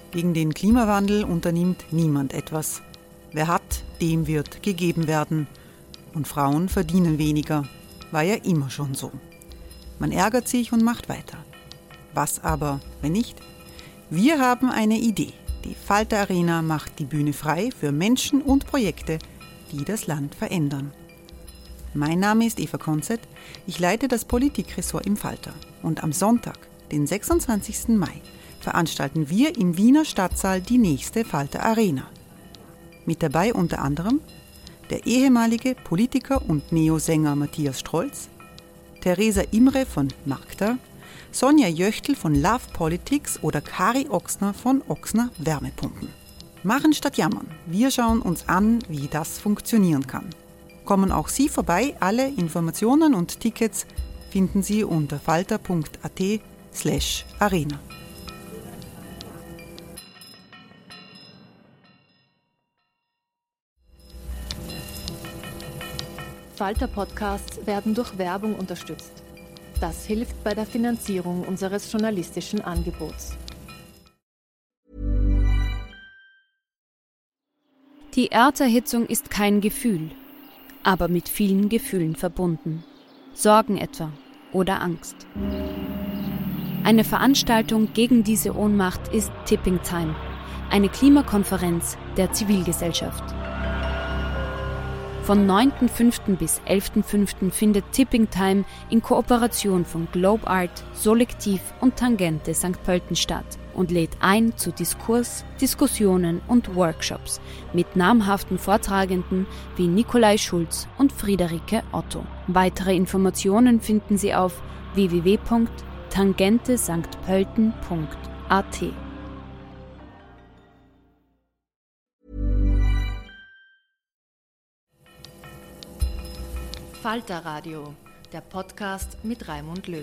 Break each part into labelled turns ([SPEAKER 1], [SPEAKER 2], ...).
[SPEAKER 1] Gegen den Klimawandel unternimmt niemand etwas. Wer hat, dem wird gegeben werden. Und Frauen verdienen weniger. War ja immer schon so. Man ärgert sich und macht weiter. Was aber, wenn nicht? Wir haben eine Idee. Die Falter Arena macht die Bühne frei für Menschen und Projekte, die das Land verändern. Mein Name ist Eva Konzett. Ich leite das Politikressort im Falter. Und am Sonntag, den 26. Mai, veranstalten wir im Wiener Stadtsaal die nächste Falter Arena. Mit dabei unter anderem der ehemalige Politiker und Neosänger Matthias Strolz, Theresa Imre von Magda, Sonja Jöchtl von Love Politics oder Kari Ochsner von Ochsner Wärmepumpen. Machen statt jammern. Wir schauen uns an, wie das funktionieren kann. Kommen auch Sie vorbei. Alle Informationen und Tickets finden Sie unter falter.at/arena.
[SPEAKER 2] Falter-Podcasts werden durch Werbung unterstützt. Das hilft bei der Finanzierung unseres journalistischen Angebots.
[SPEAKER 3] Die Erderhitzung ist kein Gefühl, aber mit vielen Gefühlen verbunden. Sorgen etwa oder Angst. Eine Veranstaltung gegen diese Ohnmacht ist Tipping Time, eine Klimakonferenz der Zivilgesellschaft. Von 9.5. bis 11.5. findet Tipping Time in Kooperation von Globe Art, Solektiv und Tangente St. Pölten statt und lädt ein zu Diskurs, Diskussionen und Workshops mit namhaften Vortragenden wie Nikolai Schulz und Friederike Otto. Weitere Informationen finden Sie auf www.tangentesanktpölten.at.
[SPEAKER 2] Falter Radio, der Podcast mit Raimund Löw.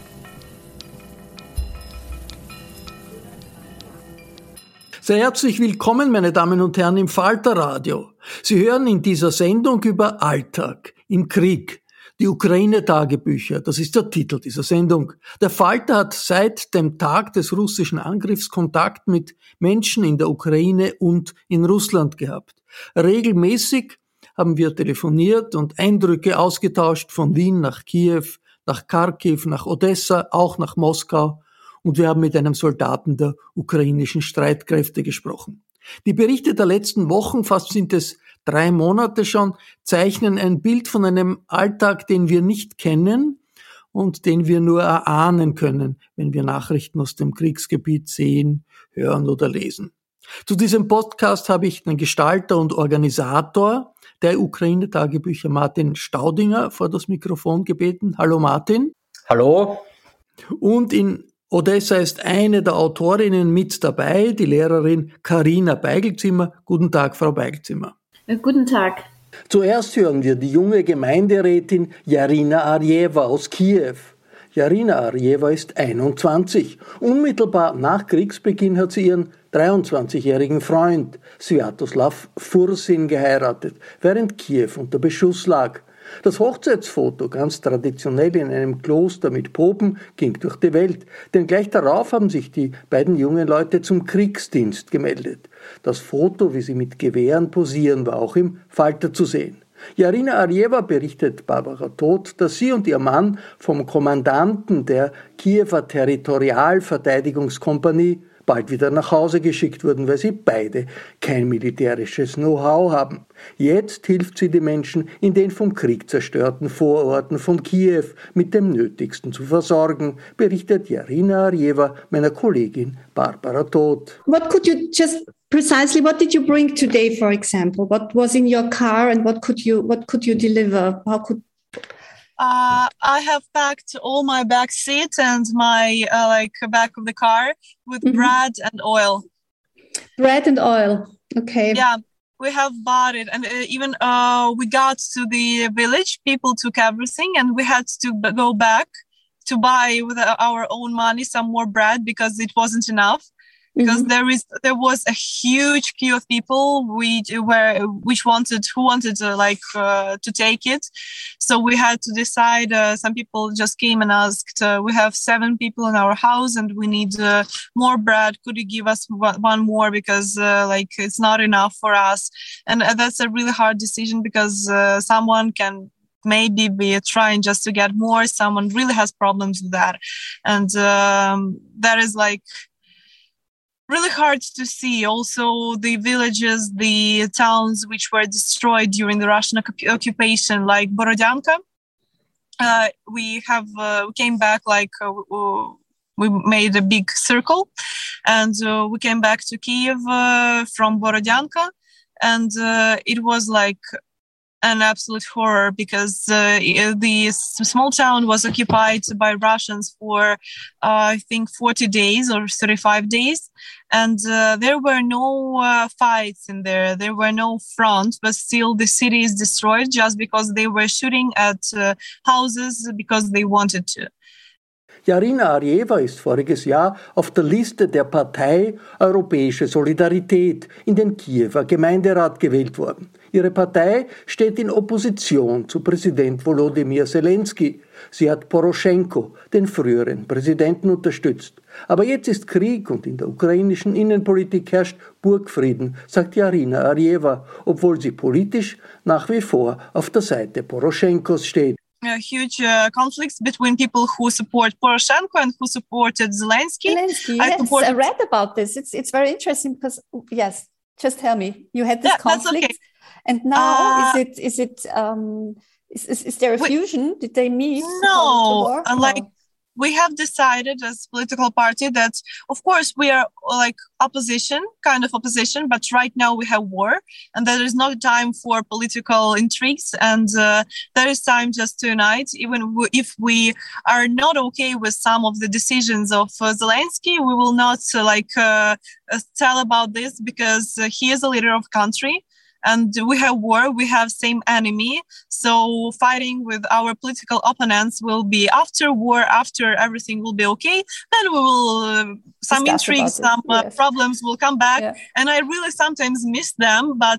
[SPEAKER 4] Sehr herzlich willkommen, meine Damen und Herren, im Falter Radio. Sie hören in dieser Sendung über Alltag im Krieg. Die Ukraine-Tagebücher, das ist der Titel dieser Sendung. Der Falter hat seit dem Tag des russischen Angriffs Kontakt mit Menschen in der Ukraine und in Russland gehabt. Regelmäßig haben wir telefoniert und Eindrücke ausgetauscht von Wien nach Kiew, nach Kharkiv, nach Odessa, auch nach Moskau. Und wir haben mit einem Soldaten der ukrainischen Streitkräfte gesprochen. Die Berichte der letzten Wochen, fast sind es 3 Monate schon, zeichnen ein Bild von einem Alltag, den wir nicht kennen und den wir nur erahnen können, wenn wir Nachrichten aus dem Kriegsgebiet sehen, hören oder lesen. Zu diesem Podcast habe ich den Gestalter und Organisator der Ukraine-Tagebücher Martin Staudinger vor das Mikrofon gebeten. Hallo Martin.
[SPEAKER 5] Hallo.
[SPEAKER 4] Und in Odessa ist eine der Autorinnen mit dabei, die Lehrerin Karina Beigelzimmer. Guten Tag, Frau Beigelzimmer.
[SPEAKER 6] Guten Tag.
[SPEAKER 4] Zuerst hören wir die junge Gemeinderätin Jarina Arjewa aus Kiew. Jarina Arjewa ist 21. Unmittelbar nach Kriegsbeginn hat sie ihren 23-jährigen Freund Sviatoslav Fursin geheiratet, während Kiew unter Beschuss lag. Das Hochzeitsfoto, ganz traditionell in einem Kloster mit Proben, ging durch die Welt, denn gleich darauf haben sich die beiden jungen Leute zum Kriegsdienst gemeldet. Das Foto, wie sie mit Gewehren posieren, war auch im Falter zu sehen. Jarina Arjewa berichtet Barbara Todt, dass sie und ihr Mann vom Kommandanten der Kiewer Territorialverteidigungskompanie bald wieder nach Hause geschickt wurden, weil sie beide kein militärisches Know-how haben. Jetzt hilft sie den Menschen in den vom Krieg zerstörten Vororten von Kiew mit dem Nötigsten zu versorgen, berichtet Jarina Arjewa meiner Kollegin Barbara Todt.
[SPEAKER 6] What did you bring today, for example? What was in your car and what could you deliver?
[SPEAKER 7] I have packed all my back seat and my back of the car with bread and oil.
[SPEAKER 6] Bread and oil. Okay.
[SPEAKER 7] Yeah, we have bought it, and even we got to the village. People took everything, and we had to go back to buy with our own money some more bread because it wasn't enough. because there was a huge queue of people who wanted to take it. So we had to decide. Some people just came and asked, we have 7 people in our house and we need more bread. Could you give us one more, because it's not enough for us? And that's a really hard decision, because someone can maybe be trying just to get more. Someone really has problems with that. And that is really hard to see. Also, the villages, the towns which were destroyed during the Russian occupation, like Borodyanka. We came back, we made a big circle, and we came back to Kiev from Borodyanka, and it was an absolute horror, because the small town was occupied by Russians for, I think, 40 days or 35 days. And there were no fights in there. There were no fronts, but still the city is destroyed just because they were shooting at houses because they wanted to.
[SPEAKER 4] Jarina Arjeva ist voriges Jahr auf der Liste der Partei Europäische Solidarität in den Kiewer Gemeinderat gewählt worden. Ihre Partei steht in Opposition zu Präsident Volodymyr Zelensky. Sie hat Poroschenko, den früheren Präsidenten, unterstützt. Aber jetzt ist Krieg und in der ukrainischen Innenpolitik herrscht Burgfrieden, sagt Jarina Arjeva, obwohl sie politisch nach wie vor auf der Seite Poroschenkos steht.
[SPEAKER 7] Huge conflicts between people who support Poroshenko and who supported Zelensky.
[SPEAKER 6] I read about this. It's very interesting because, yes, just tell me. You had this conflict, okay. And now is there a fusion? Did they meet?
[SPEAKER 7] No, we have decided as a political party that, of course, we are kind of opposition, but right now we have war, and there is no time for political intrigues, and there is time just to unite. Even if we are not okay with some of the decisions of Zelensky, we will not tell about this, because he is a leader of country. And we have war, we have same enemy. So fighting with our political opponents will be after war, after everything will be okay. Then we will, some intrigues, some problems will come back. Yeah. And I really sometimes miss them, but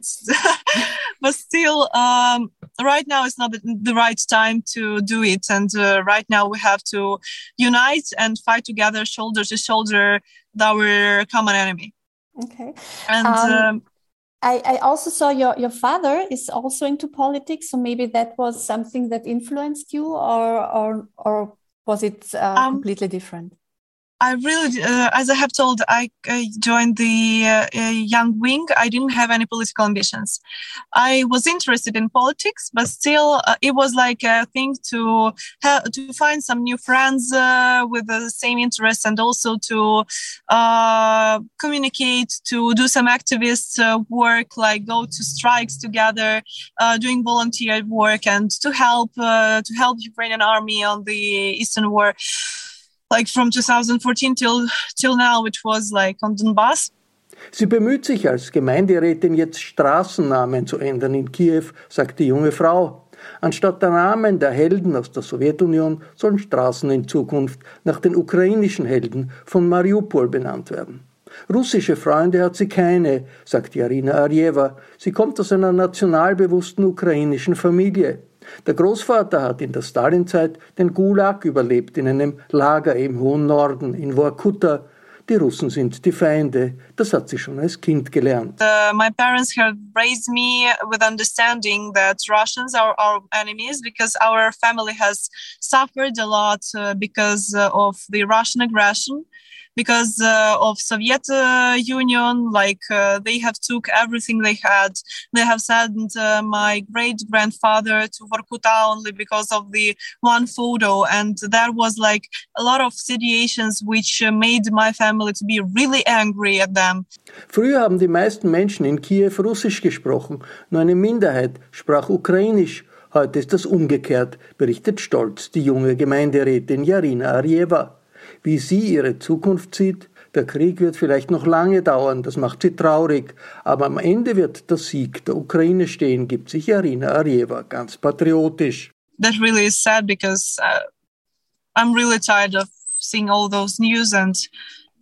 [SPEAKER 7] still, right now is not the right time to do it. And right now we have to unite and fight together, shoulder to shoulder, with our common enemy.
[SPEAKER 6] Okay.
[SPEAKER 7] And
[SPEAKER 6] I also saw your father is also into politics, so maybe that was something that influenced you, or was it completely different?
[SPEAKER 7] I really, as I have told, I joined the Young Wing. I didn't have any political ambitions. I was interested in politics, but still, it was like a thing to find some new friends with the same interests, and also to communicate, to do some activist work, like go to strikes together, doing volunteer work, and to help Ukrainian army on the Eastern War. From 2014 till now, which was on Donbass.
[SPEAKER 4] Sie bemüht sich als Gemeinderätin jetzt Straßennamen zu ändern in Kiew, sagt die junge Frau. Anstatt der Namen der Helden aus der Sowjetunion sollen Straßen in Zukunft nach den ukrainischen Helden von Mariupol benannt werden. Russische Freunde hat sie keine, sagt Jarina Arjeva. Sie kommt aus einer nationalbewussten ukrainischen Familie. Der Großvater hat in der Stalinzeit den Gulag überlebt in einem Lager im hohen Norden in Vorkuta. Die Russen sind die Feinde. Das hat sie schon als Kind gelernt.
[SPEAKER 7] My parents have raised me with understanding that Russians are our enemies, because our family has suffered a lot because of the Russian aggression. Because of Soviet Union, they have took everything they had. They have sent my great-grandfather to Vorkuta only because of the one photo. And there was a lot of situations which made my family to be really angry at them.
[SPEAKER 4] Früher haben die meisten Menschen in Kiew Russisch gesprochen. Nur eine Minderheit sprach Ukrainisch. Heute ist das umgekehrt, berichtet stolz die junge Gemeinderätin Jarina Arjeva. Wie sie ihre Zukunft sieht, der Krieg wird vielleicht noch lange dauern, das macht sie traurig, aber am Ende wird der Sieg der Ukraine stehen, gibt sich Jarina Arjeva ganz patriotisch.
[SPEAKER 7] That really is sad, because I'm really tired of seeing all those news, and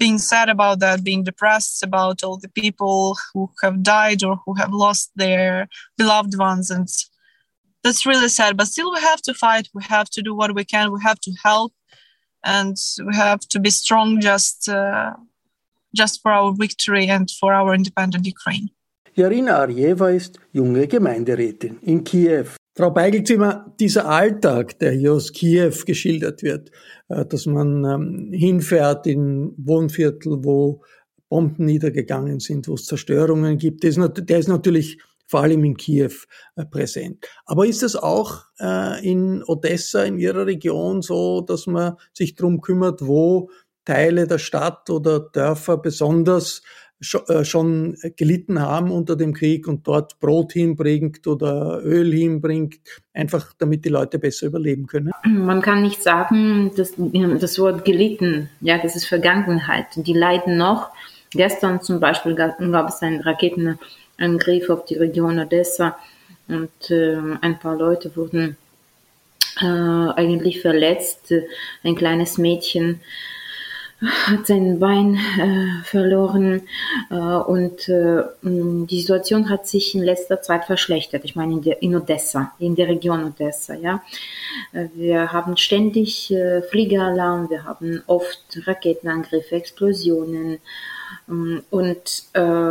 [SPEAKER 7] being sad about that, being depressed about all the people who have died or who have lost their beloved ones. And that's really sad. But still we have to fight. We have to do what we can. We have to help. And we have to be strong just for our victory and for our independent Ukraine.
[SPEAKER 4] Jarina Arjeva ist junge Gemeinderätin in Kiew. Frau Beigelzimmer, dieser Alltag, der hier aus Kiew geschildert wird, dass man hinfährt in Wohnviertel, wo Bomben niedergegangen sind, wo es Zerstörungen gibt, der ist natürlich vor allem in Kiew präsent. Aber ist es auch in Odessa, in Ihrer Region so, dass man sich darum kümmert, wo Teile der Stadt oder Dörfer besonders schon gelitten haben unter dem Krieg und dort Brot hinbringt oder Öl hinbringt, einfach damit die Leute besser überleben können?
[SPEAKER 5] Man kann nicht sagen, dass das Wort gelitten, ja, das ist Vergangenheit. Die leiden noch. Gestern zum Beispiel gab es einen Raketenangriff auf die Region Odessa und ein paar Leute wurden eigentlich verletzt. Ein kleines Mädchen hat sein Bein verloren und die Situation hat sich in letzter Zeit verschlechtert. Ich meine in Odessa, in der Region Odessa. Ja, wir haben ständig Fliegeralarm, wir haben oft Raketenangriffe, Explosionen und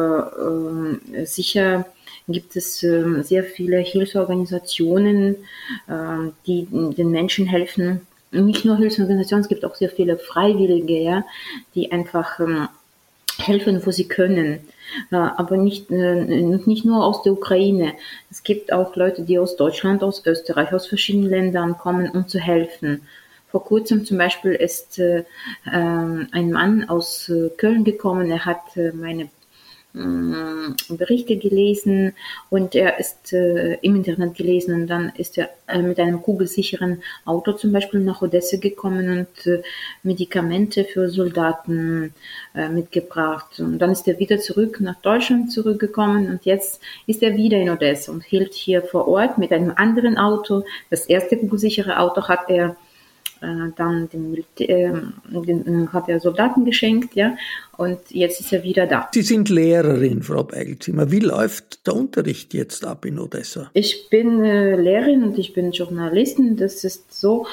[SPEAKER 5] sicher gibt es sehr viele Hilfsorganisationen, die den Menschen helfen. Nicht nur Hilfsorganisationen, es gibt auch sehr viele Freiwillige, ja, die einfach helfen, wo sie können. Aber nicht nur aus der Ukraine. Es gibt auch Leute, die aus Deutschland, aus Österreich, aus verschiedenen Ländern kommen, um zu helfen. Vor kurzem zum Beispiel ist ein Mann aus Köln gekommen, er hat meine Berichte gelesen und er ist im Internet gelesen und dann ist er mit einem kugelsicheren Auto zum Beispiel nach Odessa gekommen und Medikamente für Soldaten mitgebracht. Und dann ist er wieder zurück nach Deutschland zurückgekommen und jetzt ist er wieder in Odessa und hilft hier vor Ort mit einem anderen Auto. Das erste kugelsichere Auto hat er dann hat er Soldaten geschenkt, ja, und jetzt ist er wieder da.
[SPEAKER 4] Sie sind Lehrerin, Frau Beigelzimmer. Wie läuft der Unterricht jetzt ab in Odessa?
[SPEAKER 5] Ich bin Lehrerin und ich bin Journalistin. Das ist so,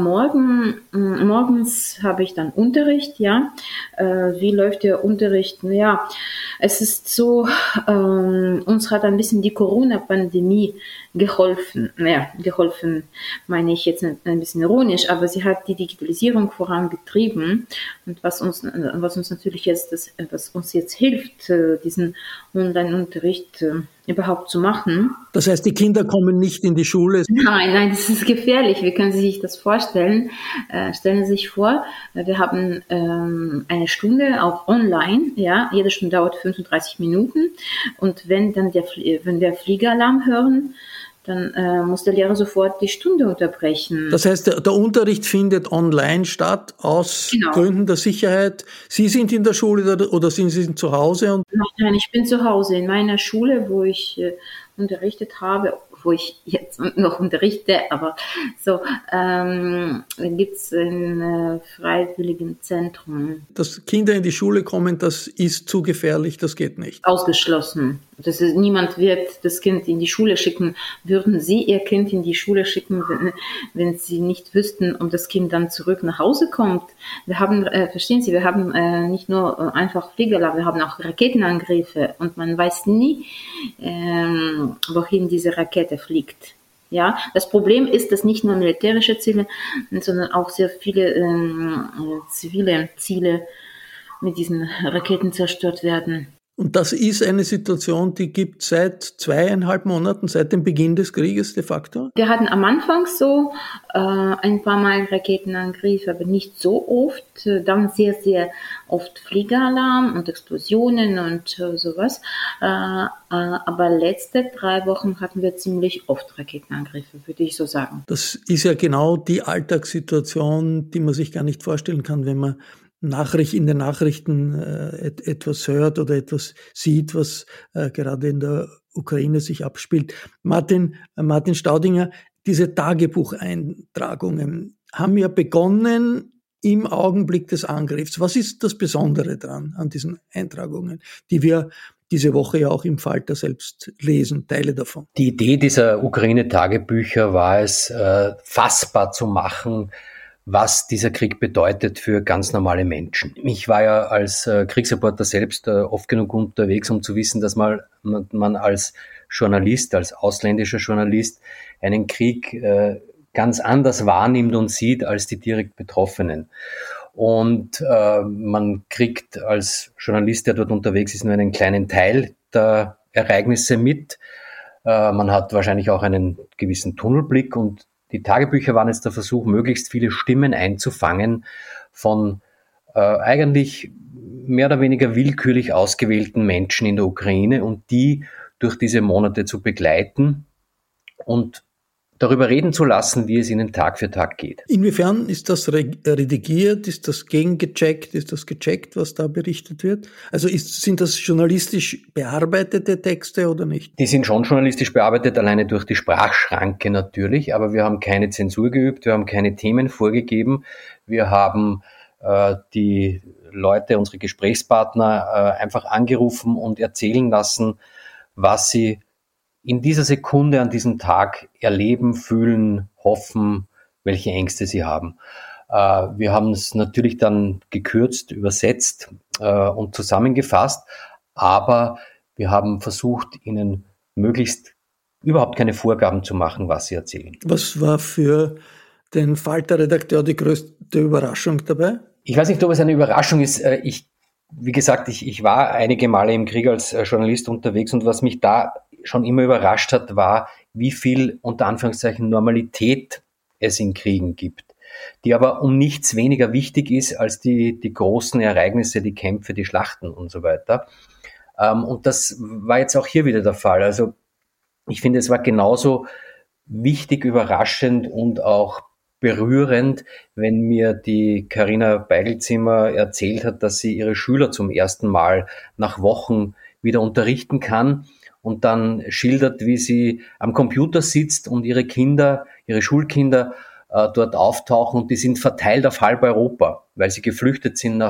[SPEAKER 5] morgens habe ich dann Unterricht, ja. Wie läuft der Unterricht? Ja, es ist so, uns hat ein bisschen die Corona-Pandemie geholfen. Naja, geholfen meine ich jetzt ein bisschen ironisch, aber sie hat die Digitalisierung vorangetrieben und was uns natürlich jetzt, was uns jetzt hilft, diesen Online-Unterricht überhaupt zu machen.
[SPEAKER 4] Das heißt, die Kinder kommen nicht in die Schule?
[SPEAKER 5] Nein, das ist gefährlich. Wie können Sie sich das vorstellen? Stellen Sie sich vor, wir haben eine Stunde auch online, ja, jede Stunde dauert 35 Minuten und wenn wir Fliegeralarm hören, dann muss der Lehrer sofort die Stunde unterbrechen.
[SPEAKER 4] Das heißt, der Unterricht findet online statt, aus Gründen der Sicherheit. Sie sind in der Schule oder sind Sie zu Hause?
[SPEAKER 5] Nein, ich bin zu Hause in meiner Schule, wo ich unterrichtet habe, wo ich jetzt noch unterrichte, aber so gibt es ein Freiwilligenzentrum.
[SPEAKER 4] Dass Kinder in die Schule kommen, das ist zu gefährlich, das geht nicht.
[SPEAKER 5] Ausgeschlossen. Niemand wird das Kind in die Schule schicken. Würden Sie Ihr Kind in die Schule schicken, wenn Sie nicht wüssten, ob das Kind dann zurück nach Hause kommt? Wir haben, verstehen Sie, wir haben nicht nur einfach Fliegerlauf, wir haben auch Raketenangriffe und man weiß nie, wohin diese Rakete fliegt. Ja, das Problem ist, dass nicht nur militärische Ziele, sondern auch sehr viele zivile Ziele mit diesen Raketen zerstört werden.
[SPEAKER 4] Und das ist eine Situation, die gibt seit 2,5 Monaten, seit dem Beginn des Krieges de facto?
[SPEAKER 5] Wir hatten am Anfang so ein paar Mal Raketenangriffe, aber nicht so oft. Dann sehr, sehr oft Fliegeralarm und Explosionen und sowas. Aber letzte 3 Wochen hatten wir ziemlich oft Raketenangriffe, würde ich so sagen.
[SPEAKER 4] Das ist ja genau die Alltagssituation, die man sich gar nicht vorstellen kann, wenn man in den Nachrichten etwas hört oder etwas sieht, was gerade in der Ukraine sich abspielt. Martin Staudinger, diese Tagebucheintragungen haben ja begonnen im Augenblick des Angriffs. Was ist das Besondere dran an diesen Eintragungen, die wir diese Woche ja auch im Falter selbst lesen, Teile davon?
[SPEAKER 8] Die Idee dieser Ukraine-Tagebücher war es, fassbar zu machen, was dieser Krieg bedeutet für ganz normale Menschen. Ich war ja als Kriegsreporter selbst oft genug unterwegs, um zu wissen, dass man als Journalist, als ausländischer Journalist einen Krieg ganz anders wahrnimmt und sieht als die direkt Betroffenen. Und man kriegt als Journalist, der dort unterwegs ist, nur einen kleinen Teil der Ereignisse mit. Man hat wahrscheinlich auch einen gewissen Tunnelblick, und die Tagebücher waren jetzt der Versuch, möglichst viele Stimmen einzufangen von eigentlich mehr oder weniger willkürlich ausgewählten Menschen in der Ukraine und die durch diese Monate zu begleiten und darüber reden zu lassen, wie es ihnen Tag für Tag geht.
[SPEAKER 4] Inwiefern ist das redigiert? Ist das gegengecheckt? Ist das gecheckt, was da berichtet wird? Also sind das journalistisch bearbeitete Texte oder nicht?
[SPEAKER 8] Die sind schon journalistisch bearbeitet, alleine durch die Sprachschranke natürlich, aber wir haben keine Zensur geübt, wir haben keine Themen vorgegeben, wir haben die Leute, unsere Gesprächspartner, einfach angerufen und erzählen lassen, was sie in dieser Sekunde an diesem Tag erleben, fühlen, hoffen, welche Ängste sie haben. Wir haben es natürlich dann gekürzt, übersetzt und zusammengefasst, aber wir haben versucht, ihnen möglichst überhaupt keine Vorgaben zu machen, was sie erzählen.
[SPEAKER 4] Was war für den Falter-Redakteur die größte Überraschung dabei?
[SPEAKER 8] Ich weiß nicht, ob es eine Überraschung ist. Wie gesagt, ich war einige Male im Krieg als Journalist unterwegs, und was mich da schon immer überrascht hat, war, wie viel unter Anführungszeichen Normalität es in Kriegen gibt, die aber um nichts weniger wichtig ist als die großen Ereignisse, die Kämpfe, die Schlachten und so weiter. Und das war jetzt auch hier wieder der Fall. Also ich finde, es war genauso wichtig, überraschend und auch berührend, wenn mir die Carina Beigelzimmer erzählt hat, dass sie ihre Schüler zum ersten Mal nach Wochen wieder unterrichten kann und dann schildert, wie sie am Computer sitzt und ihre Kinder, ihre Schulkinder dort auftauchen, und die sind verteilt auf halb Europa, weil sie geflüchtet sind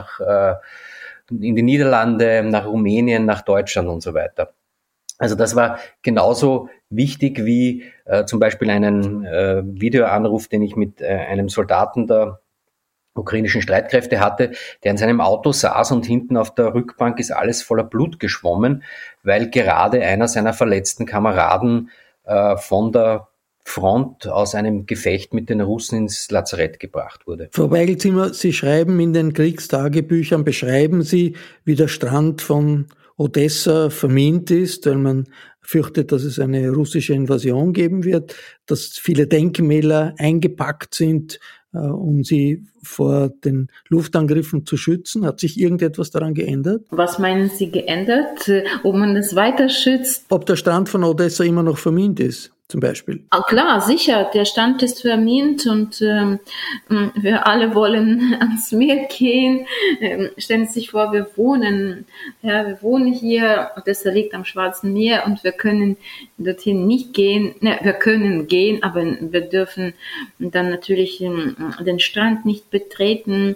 [SPEAKER 8] in die Niederlande, nach Rumänien, nach Deutschland und so weiter. Also das war genauso wichtig wie zum Beispiel einen Videoanruf, den ich mit einem Soldaten der ukrainischen Streitkräfte hatte, der in seinem Auto saß und hinten auf der Rückbank ist alles voller Blut geschwommen, weil gerade einer seiner verletzten Kameraden von der Front aus einem Gefecht mit den Russen ins Lazarett gebracht wurde.
[SPEAKER 4] Frau Beigelzimmer, Sie schreiben in den Kriegstagebüchern, beschreiben Sie, wie der Strand von Odessa vermint ist, weil man fürchtet, dass es eine russische Invasion geben wird, dass viele Denkmäler eingepackt sind, um sie vor den Luftangriffen zu schützen. Hat sich irgendetwas daran geändert?
[SPEAKER 5] Was meinen Sie geändert? Ob man das weiter schützt?
[SPEAKER 4] Ob der Strand von Odessa immer noch vermint ist, zum Beispiel?
[SPEAKER 5] Klar, sicher. Der Strand ist vermint und wir alle wollen ans Meer gehen. Stellen Sie sich vor, wir wohnen hier. Odessa liegt am Schwarzen Meer und wir können dorthin nicht gehen. Wir können gehen, aber wir dürfen dann natürlich den Strand nicht betreten.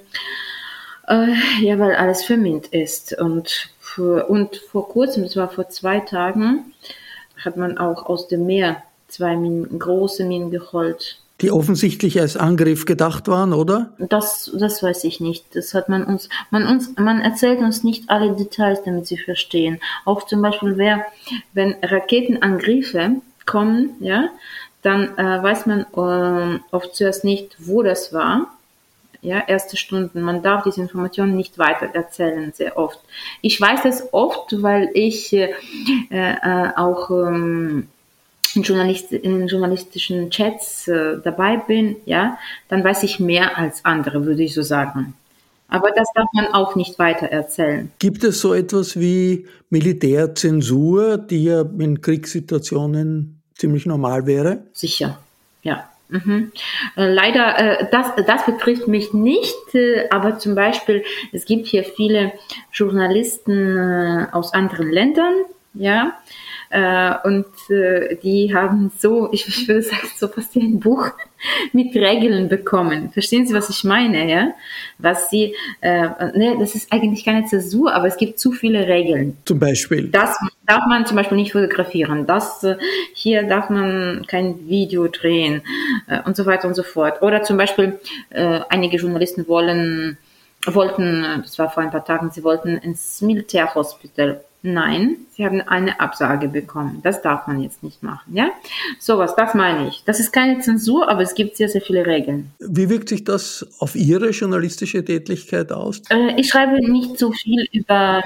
[SPEAKER 5] Weil alles vermint ist. Und vor kurzem, das war vor 2 Tagen, hat man auch aus dem Meer 2 große Minen geholt.
[SPEAKER 4] Die offensichtlich als Angriff gedacht waren, oder?
[SPEAKER 5] Das weiß ich nicht. Das hat man erzählt uns nicht alle Details, damit Sie verstehen. Auch zum Beispiel, wenn Raketenangriffe kommen, ja, dann weiß man oft zuerst nicht, wo das war. Ja, erste Stunden. Man darf diese Informationen nicht weiter erzählen, sehr oft. Ich weiß das oft, weil ich auch in journalistischen Chats dabei bin, ja, dann weiß ich mehr als andere, würde ich so sagen. Aber das darf man auch nicht weiter erzählen.
[SPEAKER 4] Gibt es so etwas wie Militärzensur, die ja in Kriegssituationen ziemlich normal wäre?
[SPEAKER 5] Sicher, ja. Mhm. Leider, das betrifft mich nicht, aber zum Beispiel, es gibt hier viele Journalisten aus anderen Ländern, ja, Und die haben so, ich würde sagen, so fast wie ein Buch mit Regeln bekommen. Verstehen Sie, was ich meine? Ja? Was sie, das ist eigentlich keine Zäsur, aber es gibt zu viele Regeln.
[SPEAKER 4] Zum Beispiel?
[SPEAKER 5] Das darf man zum Beispiel nicht fotografieren. Hier darf man kein Video drehen und so weiter und so fort. Oder zum Beispiel einige Journalisten wollten, das war vor ein paar Tagen, sie wollten ins Militärhospital. Nein, sie haben eine Absage bekommen. Das darf man jetzt nicht machen, ja? Sowas, das meine ich. Das ist keine Zensur, aber es gibt sehr, sehr viele Regeln.
[SPEAKER 4] Wie wirkt sich das auf Ihre journalistische Tätigkeit aus?
[SPEAKER 5] Ich schreibe nicht so viel über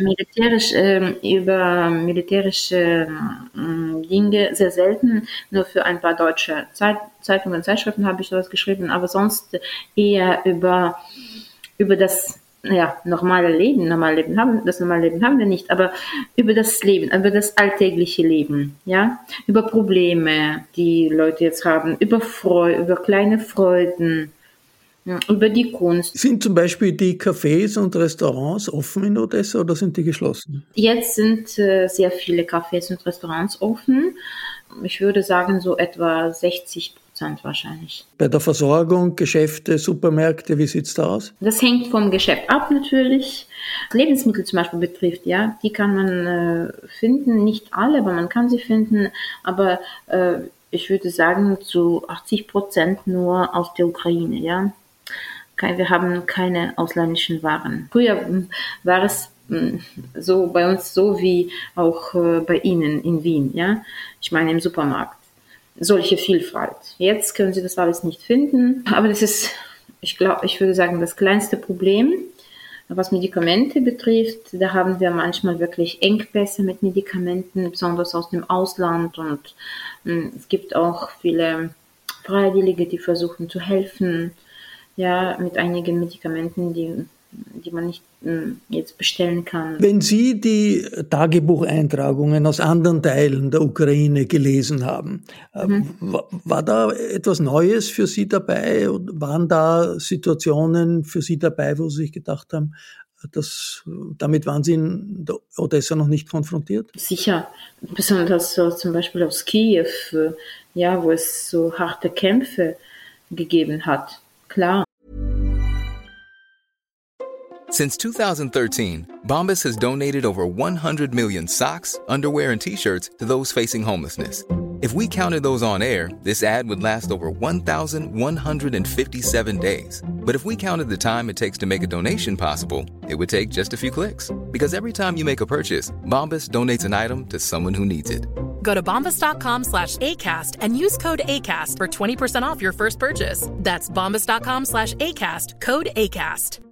[SPEAKER 5] militärische Dinge, sehr selten. Nur für ein paar deutsche Zeitungen und Zeitschriften habe ich sowas geschrieben, aber sonst eher über das normale Leben haben wir nicht, aber über das Leben, über das alltägliche Leben, ja, über Probleme, die Leute jetzt haben, über kleine Freuden, über die Kunst.
[SPEAKER 4] Sind zum Beispiel die Cafés und Restaurants offen in Odessa oder sind die geschlossen?
[SPEAKER 5] Jetzt sind sehr viele Cafés und Restaurants offen. Ich würde sagen, so etwa 60% wahrscheinlich.
[SPEAKER 4] Bei der Versorgung, Geschäfte, Supermärkte, wie sieht es da aus?
[SPEAKER 5] Das hängt vom Geschäft ab natürlich. Lebensmittel zum Beispiel betrifft, ja, die kann man finden, nicht alle, aber man kann sie finden, aber ich würde sagen zu 80% nur aus der Ukraine, ja. Wir haben keine ausländischen Waren. Früher war es so bei uns so wie auch bei Ihnen in Wien, ja. Ich meine im Supermarkt. Solche Vielfalt. Jetzt können Sie das alles nicht finden, aber das ist, ich würde sagen, das kleinste Problem, was Medikamente betrifft. Da haben wir manchmal wirklich Engpässe mit Medikamenten, besonders aus dem Ausland, und es gibt auch viele Freiwillige, die versuchen zu helfen, ja, mit einigen Medikamenten, die man nicht jetzt bestellen kann.
[SPEAKER 4] Wenn Sie die Tagebucheintragungen aus anderen Teilen der Ukraine gelesen haben, war da etwas Neues für Sie dabei? Waren da Situationen für Sie dabei, wo Sie sich gedacht haben, damit waren Sie in Odessa noch nicht konfrontiert?
[SPEAKER 5] Sicher, besonders so zum Beispiel aus Kiew, ja, wo es so harte Kämpfe gegeben hat. Klar.
[SPEAKER 9] Since 2013, Bombas has donated over 100 million socks, underwear, and T-shirts to those facing homelessness. If we counted those on air, this ad would last over 1,157 days. But if we counted the time it takes to make a donation possible, it would take just a few clicks. Because every time you make a purchase, Bombas donates an item to someone who needs it.
[SPEAKER 10] Go to bombas.com/ACAST and use code ACAST for 20% off your first purchase. That's bombas.com/ACAST, code ACAST.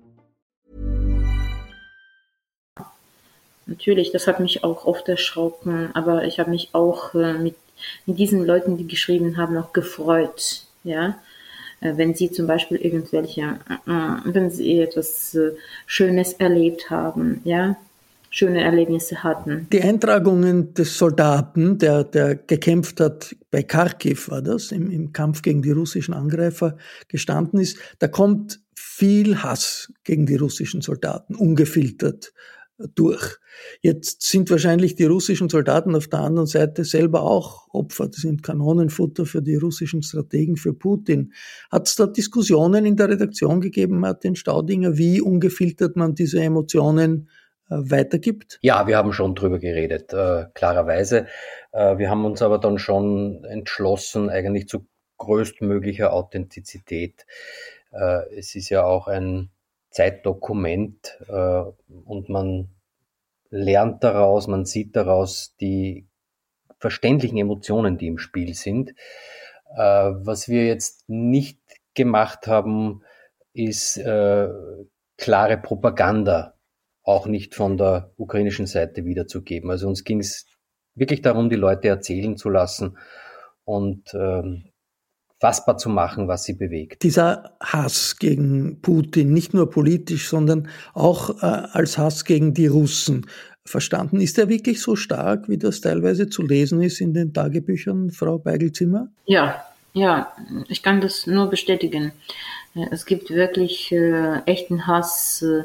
[SPEAKER 5] Natürlich, das hat mich auch oft erschrocken, aber ich habe mich auch mit diesen Leuten, die geschrieben haben, auch gefreut, ja. Wenn sie zum Beispiel wenn sie etwas Schönes erlebt haben, ja, schöne Erlebnisse hatten.
[SPEAKER 4] Die Eintragungen des Soldaten, der gekämpft hat, bei Kharkiv war das, im Kampf gegen die russischen Angreifer gestanden ist, da kommt viel Hass gegen die russischen Soldaten, ungefiltert durch. Jetzt sind wahrscheinlich die russischen Soldaten auf der anderen Seite selber auch Opfer. Das sind Kanonenfutter für die russischen Strategen, für Putin. Hat es da Diskussionen in der Redaktion gegeben, Martin Staudinger, wie ungefiltert man diese Emotionen weitergibt?
[SPEAKER 8] Ja, wir haben schon drüber geredet, klarerweise. Wir haben uns aber dann schon entschlossen, eigentlich zu größtmöglicher Authentizität. Es ist ja auch ein Zeitdokument und man lernt daraus, man sieht daraus die verständlichen Emotionen, die im Spiel sind. Was wir jetzt nicht gemacht haben, ist klare Propaganda auch nicht von der ukrainischen Seite wiederzugeben. Also uns ging es wirklich darum, die Leute erzählen zu lassen und fassbar zu machen, was sie bewegt.
[SPEAKER 4] Dieser Hass gegen Putin, nicht nur politisch, sondern auch als Hass gegen die Russen verstanden, ist er wirklich so stark, wie das teilweise zu lesen ist in den Tagebüchern, Frau Beigel-Zimmer?
[SPEAKER 5] Ja, ich kann das nur bestätigen. Es gibt wirklich echten Hass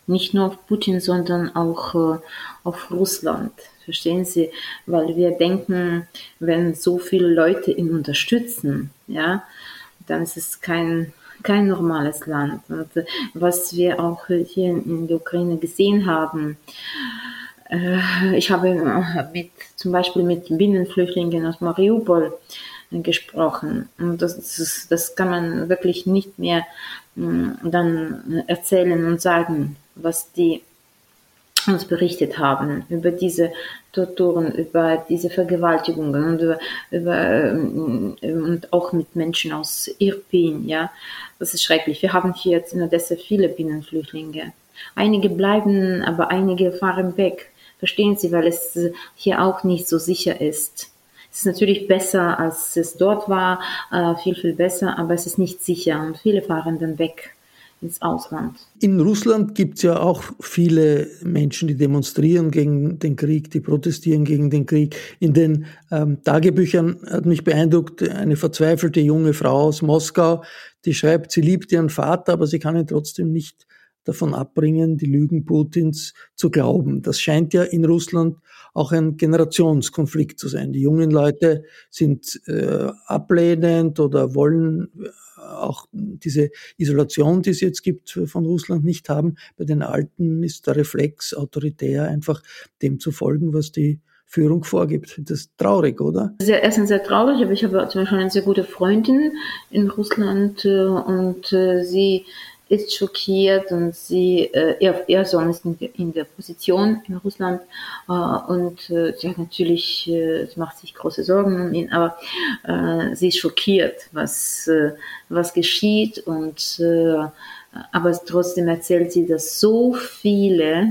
[SPEAKER 5] Nicht nur auf Putin, sondern auch auf Russland. Verstehen Sie? Weil wir denken, wenn so viele Leute ihn unterstützen, ja, dann ist es kein normales Land. Und was wir auch hier in der Ukraine gesehen haben, ich habe zum Beispiel mit Binnenflüchtlingen aus Mariupol gesprochen. Und das kann man wirklich nicht mehr dann erzählen und sagen, was die uns berichtet haben über diese Torturen, über diese Vergewaltigungen und und auch mit Menschen aus Irpin, ja. Das ist schrecklich. Wir haben hier jetzt in Odessa viele Binnenflüchtlinge. Einige bleiben, aber einige fahren weg. Verstehen Sie, weil es hier auch nicht so sicher ist. Es ist natürlich besser, als es dort war, viel, viel besser, aber es ist nicht sicher und viele fahren dann weg ins Ausland.
[SPEAKER 4] In Russland gibt es ja auch viele Menschen, die demonstrieren gegen den Krieg, die protestieren gegen den Krieg. In den Tagebüchern hat mich beeindruckt eine verzweifelte junge Frau aus Moskau, die schreibt, sie liebt ihren Vater, aber sie kann ihn trotzdem nicht davon abbringen, die Lügen Putins zu glauben. Das scheint ja in Russland auch ein Generationskonflikt zu sein. Die jungen Leute sind ablehnend oder wollen auch diese Isolation, die es jetzt gibt, von Russland nicht haben. Bei den Alten ist der Reflex autoritär, einfach dem zu folgen, was die Führung vorgibt. Das ist traurig, oder?
[SPEAKER 5] Erstens sehr traurig, aber ich habe zum Beispiel eine sehr gute Freundin in Russland und sie ist schockiert und ihr Sohn ist in der Position in Russland und sie hat natürlich, sie macht sich große Sorgen um ihn, aber sie ist schockiert, was geschieht und aber trotzdem erzählt sie, dass so viele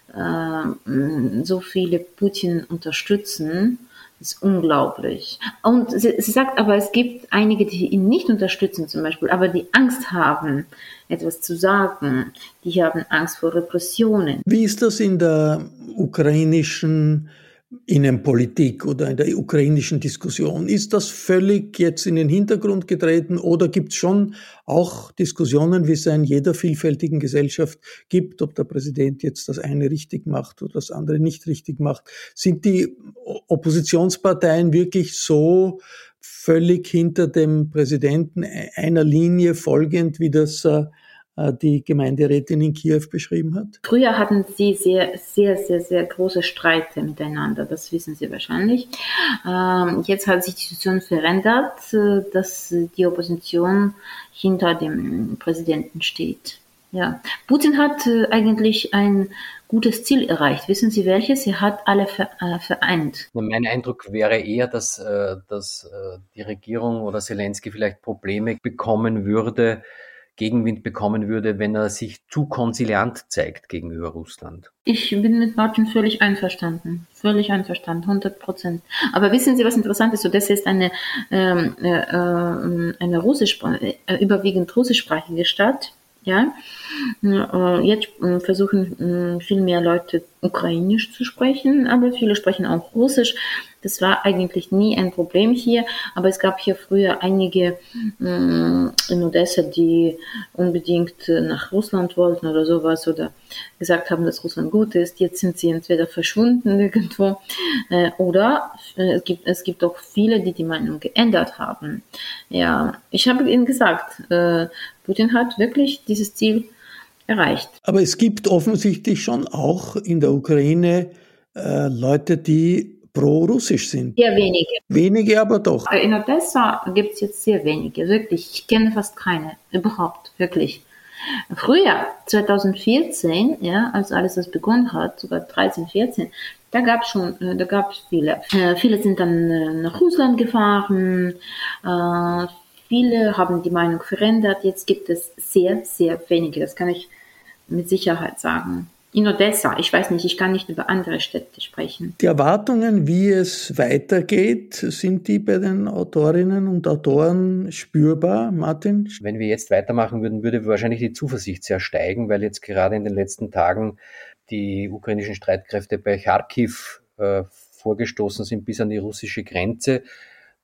[SPEAKER 5] Putin unterstützen. Das ist unglaublich. Und sie sagt aber, es gibt einige, die ihn nicht unterstützen zum Beispiel, aber die Angst haben, etwas zu sagen. Die haben Angst vor Repressionen.
[SPEAKER 4] Wie ist das in der ukrainischen Innenpolitik oder in der ukrainischen Diskussion? Ist das völlig jetzt in den Hintergrund getreten oder gibt es schon auch Diskussionen, wie es in jeder vielfältigen Gesellschaft gibt, ob der Präsident jetzt das eine richtig macht oder das andere nicht richtig macht? Sind die Oppositionsparteien wirklich so völlig hinter dem Präsidenten einer Linie folgend, wie das die Gemeinderätin in Kiew beschrieben hat?
[SPEAKER 5] Früher hatten sie sehr, sehr, sehr, sehr große Streite miteinander, das wissen Sie wahrscheinlich. Jetzt hat sich die Situation verändert, dass die Opposition hinter dem Präsidenten steht. Ja. Putin hat eigentlich ein gutes Ziel erreicht. Wissen Sie welches? Er hat alle vereint.
[SPEAKER 8] Mein Eindruck wäre eher, dass die Regierung oder Zelensky vielleicht Probleme Gegenwind bekommen würde, wenn er sich zu konziliant zeigt gegenüber Russland.
[SPEAKER 5] Ich bin mit Martin völlig einverstanden. 100%. Aber wissen Sie, was interessant ist? So, das ist eine überwiegend russischsprachige Stadt. Ja, jetzt versuchen viel mehr Leute Ukrainisch zu sprechen, aber viele sprechen auch Russisch. Das war eigentlich nie ein Problem hier, aber es gab hier früher einige in Odessa, die unbedingt nach Russland wollten oder sowas oder gesagt haben, dass Russland gut ist. Jetzt sind sie entweder verschwunden irgendwo oder es gibt auch viele, die die Meinung geändert haben. Ja, ich habe Ihnen gesagt, Putin hat wirklich dieses Ziel erreicht.
[SPEAKER 4] Aber es gibt offensichtlich schon auch in der Ukraine Leute, die pro-russisch sind.
[SPEAKER 5] Sehr wenige.
[SPEAKER 4] Wenige, aber doch.
[SPEAKER 5] In Odessa gibt es jetzt sehr wenige, wirklich. Ich kenne fast keine, überhaupt, wirklich. Früher, 2014, ja, als alles das begonnen hat, sogar 13, 14, da gab es viele. Viele sind dann nach Russland gefahren, viele haben die Meinung verändert. Jetzt gibt es sehr, sehr wenige, das kann ich mit Sicherheit sagen. In Odessa, ich weiß nicht, ich kann nicht über andere Städte sprechen.
[SPEAKER 4] Die Erwartungen, wie es weitergeht, sind die bei den Autorinnen und Autoren spürbar, Martin?
[SPEAKER 8] Wenn wir jetzt weitermachen würden, würde wahrscheinlich die Zuversicht sehr steigen, weil jetzt gerade in den letzten Tagen die ukrainischen Streitkräfte bei Charkiw vorgestoßen sind bis an die russische Grenze.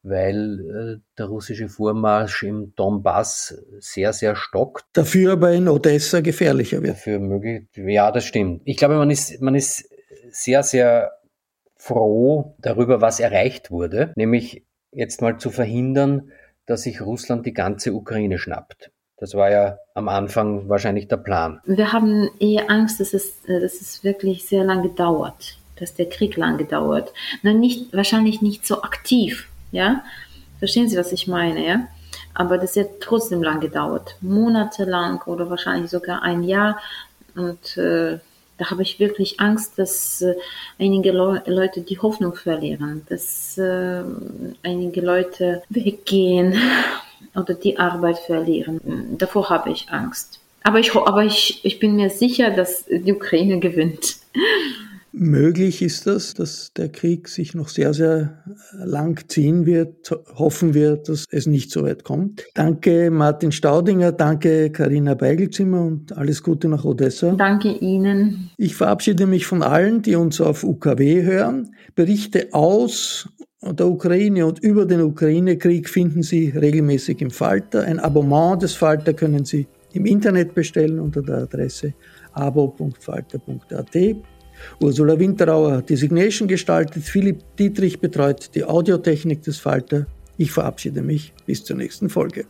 [SPEAKER 8] weil der russische Vormarsch im Donbass sehr, sehr stockt.
[SPEAKER 4] Dafür aber in Odessa gefährlicher wird.
[SPEAKER 8] Dafür möglich, ja, das stimmt. Ich glaube, man ist sehr, sehr froh darüber, was erreicht wurde, nämlich jetzt mal zu verhindern, dass sich Russland die ganze Ukraine schnappt. Das war ja am Anfang wahrscheinlich der Plan.
[SPEAKER 5] Wir haben eher Angst, dass es wirklich sehr lange dauert, dass der Krieg lange dauert. Wahrscheinlich nicht so aktiv, ja? Verstehen Sie, was ich meine, ja? Aber das hat trotzdem lange gedauert, monatelang oder wahrscheinlich sogar ein Jahr. Und da habe ich wirklich Angst, dass einige Leute die Hoffnung verlieren, dass einige Leute weggehen oder die Arbeit verlieren. Davor habe ich Angst. Aber ich bin mir sicher, dass die Ukraine gewinnt.
[SPEAKER 4] Möglich ist das, dass der Krieg sich noch sehr, sehr lang ziehen wird. Hoffen wir, dass es nicht so weit kommt. Danke Martin Staudinger, danke Carina Beigelzimmer und alles Gute nach Odessa.
[SPEAKER 5] Danke Ihnen.
[SPEAKER 4] Ich verabschiede mich von allen, die uns auf UKW hören. Berichte aus der Ukraine und über den Ukraine-Krieg finden Sie regelmäßig im Falter. Ein Abonnement des Falter können Sie im Internet bestellen unter der Adresse abo.falter.at. Ursula Winterauer hat die Signation gestaltet, Philipp Dietrich betreut die Audiotechnik des Falter. Ich verabschiede mich bis zur nächsten Folge.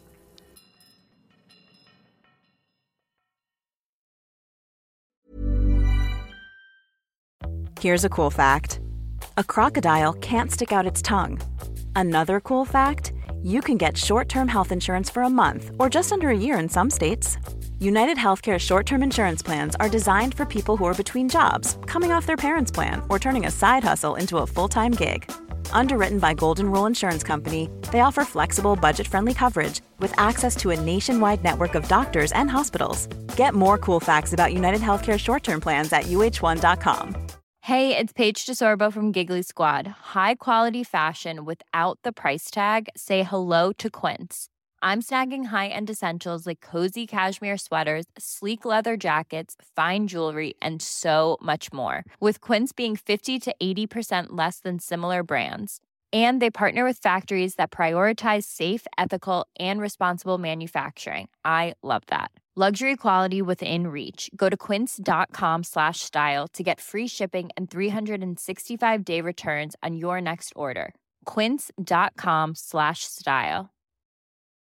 [SPEAKER 11] Here's a cool fact. A crocodile can't stick out its tongue. Another cool fact, you can get short-term health insurance for a month or just under a year in some states. United Healthcare short-term insurance plans are designed for people who are between jobs, coming off their parents' plan, or turning a side hustle into a full-time gig. Underwritten by Golden Rule Insurance Company, they offer flexible, budget-friendly coverage with access to a nationwide network of doctors and hospitals. Get more cool facts about United Healthcare short-term plans at uh1.com.
[SPEAKER 12] Hey, it's Paige DeSorbo from Giggly Squad. High quality fashion without the price tag. Say hello to Quince. I'm snagging high-end essentials like cozy cashmere sweaters, sleek leather jackets, fine jewelry, and so much more. With Quince being 50 to 80% less than similar brands. And they partner with factories that prioritize safe, ethical, and responsible manufacturing. I love that. Luxury quality within reach. Go to quince.com/style to get free shipping and 365-day returns on your next order. Quince.com/style.